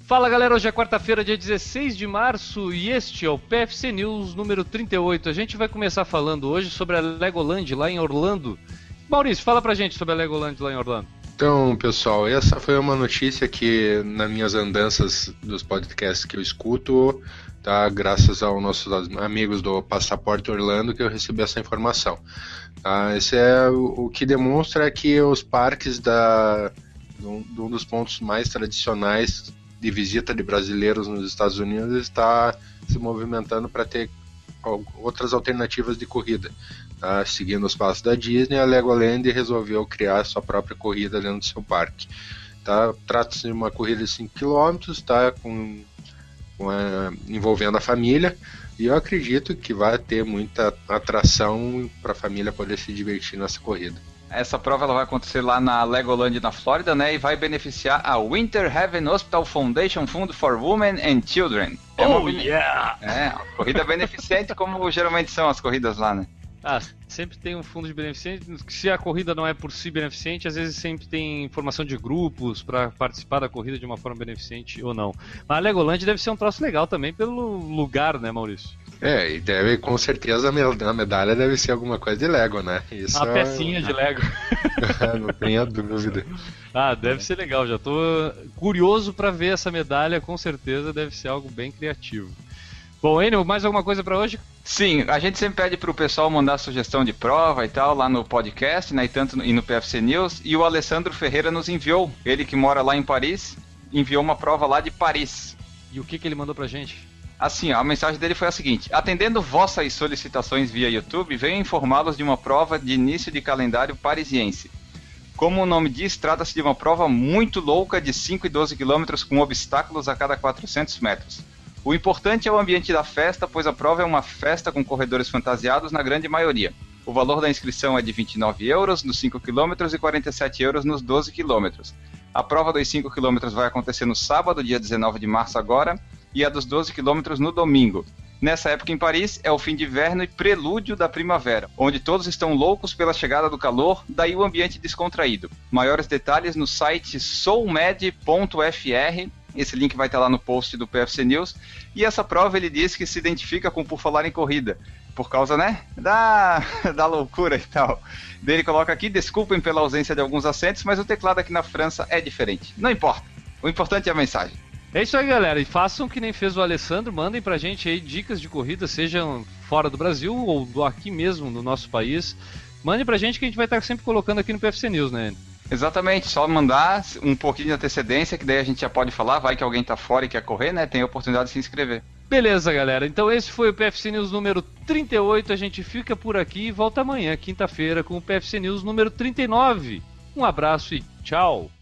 Fala galera, hoje é quarta-feira, dia 16 de março e este é o PFC News número 38. A gente vai começar falando hoje sobre a Legoland lá em Orlando. Maurício, fala pra gente sobre a Legoland lá em Orlando. Então, pessoal, essa foi uma notícia que nas minhas andanças dos podcasts que eu escuto, tá? Graças aos nossos amigos do Passaporte Orlando que eu recebi essa informação. Tá? Esse é o que demonstra que os parques de um dos pontos mais tradicionais de visita de brasileiros nos Estados Unidos está se movimentando para ter outras alternativas de corrida. Tá? Seguindo os passos da Disney, a Legoland resolveu criar sua própria corrida dentro do seu parque. Tá? Trata-se de uma corrida de 5 km, tá? Envolvendo a família, e eu acredito que vai ter muita atração para a família poder se divertir nessa corrida. Essa prova ela vai acontecer lá na Legoland, na Flórida, né? E vai beneficiar a Winter Haven Hospital Foundation Fund for Women and Children. Yeah! É, uma corrida beneficente, como geralmente são as corridas lá, né? Ah, sempre tem um fundo de beneficente. Se a corrida não é por si beneficente, às vezes sempre tem informação de grupos para participar da corrida de uma forma beneficente ou não. Mas a Legoland deve ser um troço legal também pelo lugar, né, Maurício? E deve, com certeza, a medalha deve ser alguma coisa de Lego, né? Isso uma pecinha de Lego. Não tenha dúvida. Ah, deve ser legal, já tô curioso para ver essa medalha, com certeza deve ser algo bem criativo. Bom, Enio, mais alguma coisa para hoje? Sim, a gente sempre pede pro pessoal mandar sugestão de prova e tal, lá no podcast, né, e no PFC News, e o Alessandro Ferreira nos enviou, ele que mora lá em Paris, enviou uma prova lá de Paris. E o que ele mandou pra gente? Assim, a mensagem dele foi a seguinte: atendendo vossas solicitações via YouTube, venho informá-los de uma prova de início de calendário parisiense. Como o nome diz, trata-se de uma prova muito louca de 5 e 12 km com obstáculos a cada 400 metros. O importante é o ambiente da festa, pois a prova é uma festa com corredores fantasiados na grande maioria. O valor da inscrição é de 29 euros nos 5 km e 47 euros nos 12 km. A prova dos 5 km vai acontecer no sábado, dia 19 de março agora, e a dos 12 km no domingo. Nessa época em Paris é o fim de inverno e prelúdio da primavera, onde todos estão loucos pela chegada do calor, daí o ambiente descontraído. Maiores detalhes no site soulmed.fr. Esse link vai estar lá no post do PFC News. E essa prova ele diz que se identifica com Por Falar em Corrida, por causa, né, da loucura e tal. Daí ele coloca aqui: desculpem pela ausência de alguns acentos, mas o teclado aqui na França é diferente. Não importa, o importante é a mensagem. É isso aí, galera, e façam que nem fez o Alessandro, mandem pra gente aí dicas de corrida, sejam fora do Brasil ou aqui mesmo no nosso país. Mandem pra gente que a gente vai estar sempre colocando aqui no PFC News, né? Exatamente, só mandar um pouquinho de antecedência, que daí a gente já pode falar, vai que alguém tá fora e quer correr, né? Tem a oportunidade de se inscrever. Beleza, galera, então esse foi o PFC News número 38, a gente fica por aqui e volta amanhã, quinta-feira, com o PFC News número 39. Um abraço e tchau!